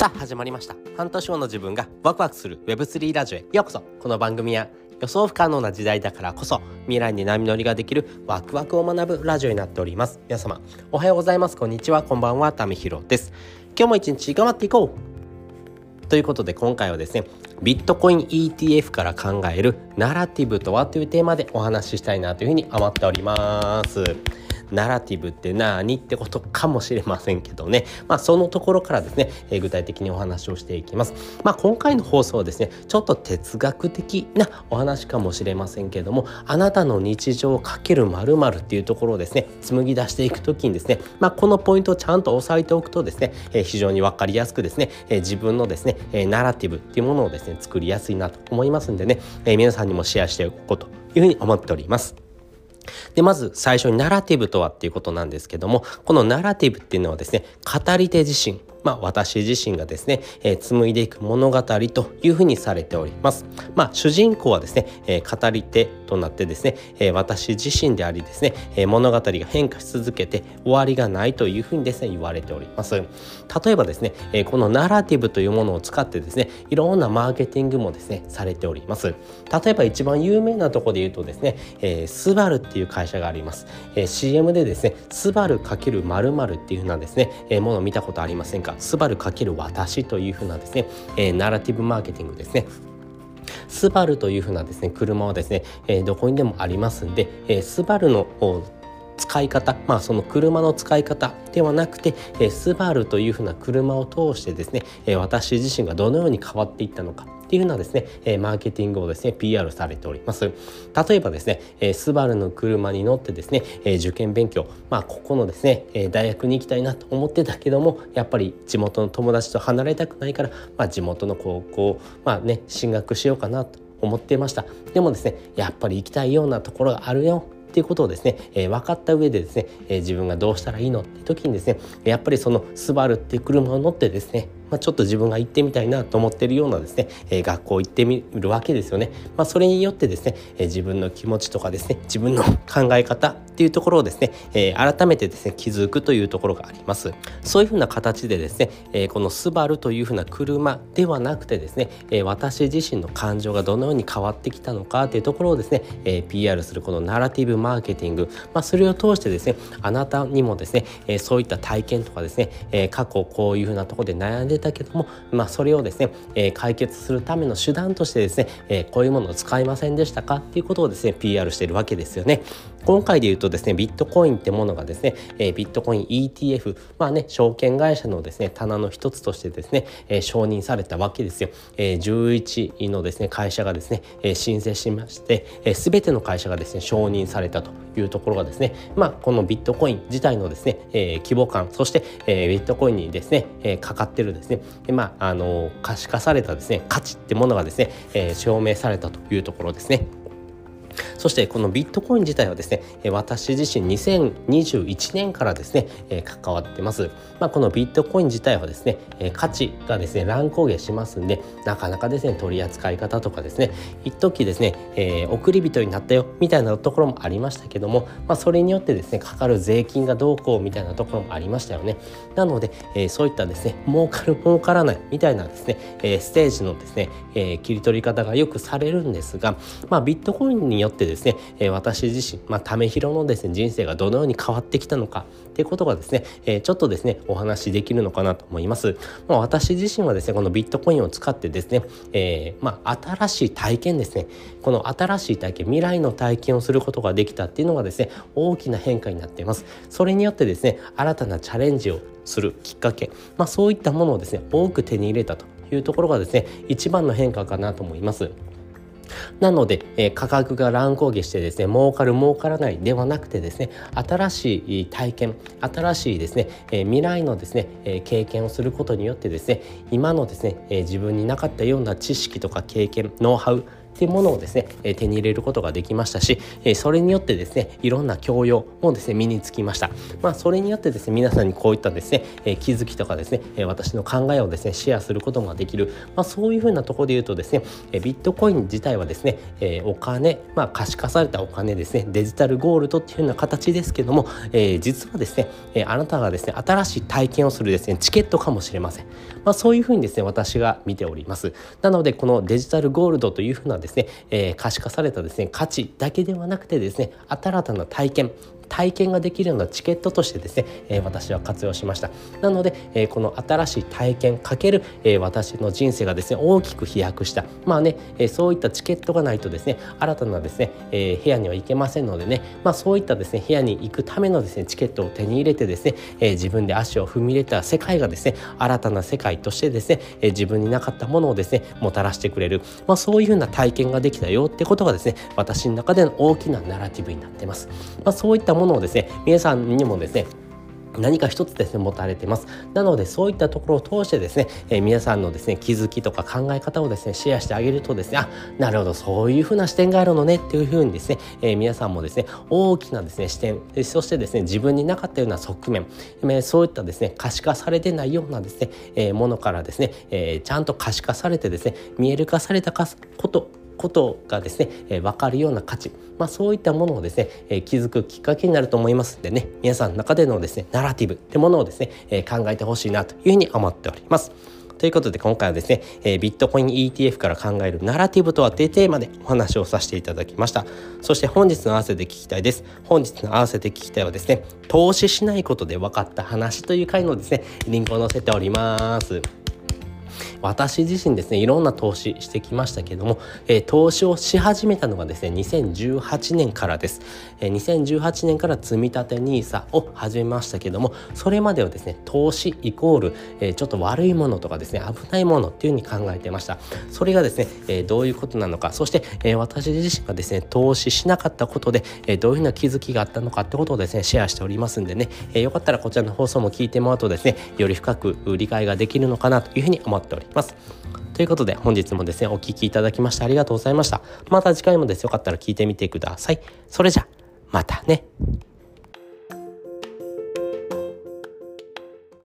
さあ始まりました。半年後の自分がワクワクする Web3 ラジオへようこそ。この番組は予想不可能な時代だからこそ未来に波乗りができるワクワクを学ぶラジオになっております。皆様おはようございます、こんにちは、こんばんは、ためひろです。今日も一日頑張っていこうということで、今回はですね、ビットコイン ETF から考えるナラティブとはというテーマでお話ししたいなというふうに思っております。ナラティブって何ってことかもしれませんけどね、そのところからですね、具体的にお話をしていきます。今回の放送はですね、ちょっと哲学的なお話かもしれませんけども、あなたの日常をかける〇〇っていうところをですね、紡ぎ出していくときにですね、このポイントをちゃんと押さえておくとですね、非常に分かりやすくですね、自分のですね、ナラティブっていうものをですね、作りやすいなと思いますんでね、皆さんにもシェアしておこうというふうに思っております。で、まず最初にナラティブとはっていうことなんですけども、このナラティブっていうのはですね、語り手自身、私自身がですね、紡いでいく物語というふうにされております。主人公はですね、語り手となってですね、私自身でありですね、物語が変化し続けて終わりがないというふうにですね、言われております。例えばですね、このナラティブというものを使ってですね、いろんなマーケティングもですね、されております。例えば一番有名なところで言うとですね、スバルっていう会社があります。CM でですね、スバル×〇〇っていうふうなですね、ものを見たことありませんか？スバル×私というふうなですね、ナラティブマーケティングですね。スバルというふうなですね、車はですね、どこにでもありますんで、スバルの使い方、その車の使い方ではなくて、スバルというふうな車を通してですね、私自身がどのように変わっていったのかっていうようなですね、マーケティングをですね PR されております。例えばですね、スバルの車に乗ってですね、受験勉強、ここのですね、大学に行きたいなと思ってたけども、やっぱり地元の友達と離れたくないから、地元の高校進学しようかなと思っていました。でもですね、やっぱり行きたいようなところがあるよっていうことをですね、分かった上でですね、自分がどうしたらいいのって時にですね、やっぱりそのスバルっていう車を乗ってですね、ちょっと自分が行ってみたいなと思っているようなですね、学校行ってみるわけですよね。それによってですね、自分の気持ちとかですね、自分の考え方っていうところをですね、改めてですね気づくというところがあります。そういうふうな形でですね、このスバルというふうな車ではなくてですね、私自身の感情がどのように変わってきたのかというところをですね、PR するこのナラティブマーケティング、それを通してですね、あなたにもですね、そういった体験とかですね、過去こういうふうなところで悩んでたけども、それをですね、解決するための手段としてですね、こういうものを使いませんでしたかっていうことをですね PR しているわけですよね。今回で言うとですね、ビットコインってものがですね、ビットコイン ETF、証券会社のですね棚の一つとしてですね、承認されたわけですよ。11のですね会社がですね、申請しまして、全ての会社がですね承認されたというところがですね、このビットコイン自体のですね、規模感、そして、ビットコインにですね、かかってるですね、可視化されたですね価値ってものがですね、証明されたというところですね。そしてこのビットコイン自体はですね、私自身2021年からですね、関わってます。このビットコイン自体はですね、価値がですね乱高下しますんで、なかなかですね取り扱い方とかですね、一時ですね、送り人になったよみたいなところもありましたけども、それによってですねかかる税金がどうこうみたいなところもありましたよね。なので、そういったですね儲かる儲からないみたいなですね、ステージのですね、切り取り方がよくされるんですが、ビットコインによってですね、私自身、ためひろのですね人生がどのように変わってきたのかっていうことがですね、ちょっとですねお話しできるのかなと思います。私自身はですねこのビットコインを使ってですね、新しい体験ですね、この新しい体験、未来の体験をすることができたっていうのがですね大きな変化になっています。それによってですね新たなチャレンジをするきっかけ、そういったものをですね多く手に入れたというところがですね一番の変化かなと思います。なので、価格が乱高下してですね儲かる儲からないではなくてですね、新しい体験、新しいですね、未来のですね、経験をすることによってですね、今のですね、自分になかったような知識とか経験、ノウハウっっていうものをですね、手に入れることができましたし、それによってですねいろんな教養もですね身につきました。それによってですね皆さんにこういったですね、気づきとかですね、私の考えをですねシェアすることができる、そういうふうなところで言うとですね、ビットコイン自体はですね、お金、可視化されたお金ですね、デジタルゴールドっていうような形ですけども、実はですね、あなたがですね新しい体験をするですねチケットかもしれません。そういうふうにですね私が見ております。なのでこのデジタルゴールドというふうなですね、可視化されたですね価値だけではなくてですね、新たな体験ができるようなチケットとしてですね、私は活用しました。なので、この新しい体験かける、私の人生がですね大きく飛躍したそういったチケットがないとですね新たなですね、部屋には行けませんのでね、そういったですね部屋に行くためのですねチケットを手に入れてですね、自分で足を踏み入れた世界がですね新たな世界としてですね、自分になかったものをですねもたらしてくれる、そういうふうな体験ができたよってことがですね私の中での大きなナラティブになってます。そういったものをですね皆さんにもですね何か一つですね持たれています。なのでそういったところを通してですね、皆さんのですね気づきとか考え方をですねシェアしてあげるとですね、なるほどそういうふうな視点があるのねっていうふうにですね、皆さんもですね大きなですね視点、そしてですね自分になかったような側面、そういったですね可視化されてないようなですね、ものからですね、ちゃんと可視化されてですね見える化されたことがですね、分かるような価値、そういったものをですね、気づくきっかけになると思いますのでね、皆さんの中でのですねナラティブってものをですね、考えてほしいなというふうに思っております。ということで今回はですね、ビットコイン ETF から考えるナラティブとはというテーマでお話をさせていただきました。そして本日の合わせて聞きたいです。本日の合わせて聞きたいはですね、投資しないことで分かった話という回のですねリンクを載せております。私自身ですねいろんな投資してきましたけども、投資をし始めたのがですね2018年からです。2018年から積み立て NISA を始めましたけども、それまではですね投資イコール、ちょっと悪いものとかですね危ないものっていう風に考えてました。それがですね、どういうことなのか、そして、私自身がですね投資しなかったことで、どういうふうな気づきがあったのかってことをですねシェアしておりますんでね、よかったらこちらの放送も聞いてもらうとですねより深く理解ができるのかなというふうに思っております。ということで本日もですねお聞きいただきましてありがとうございました。また次回もですよかったら聞いてみてください。それじゃまたね。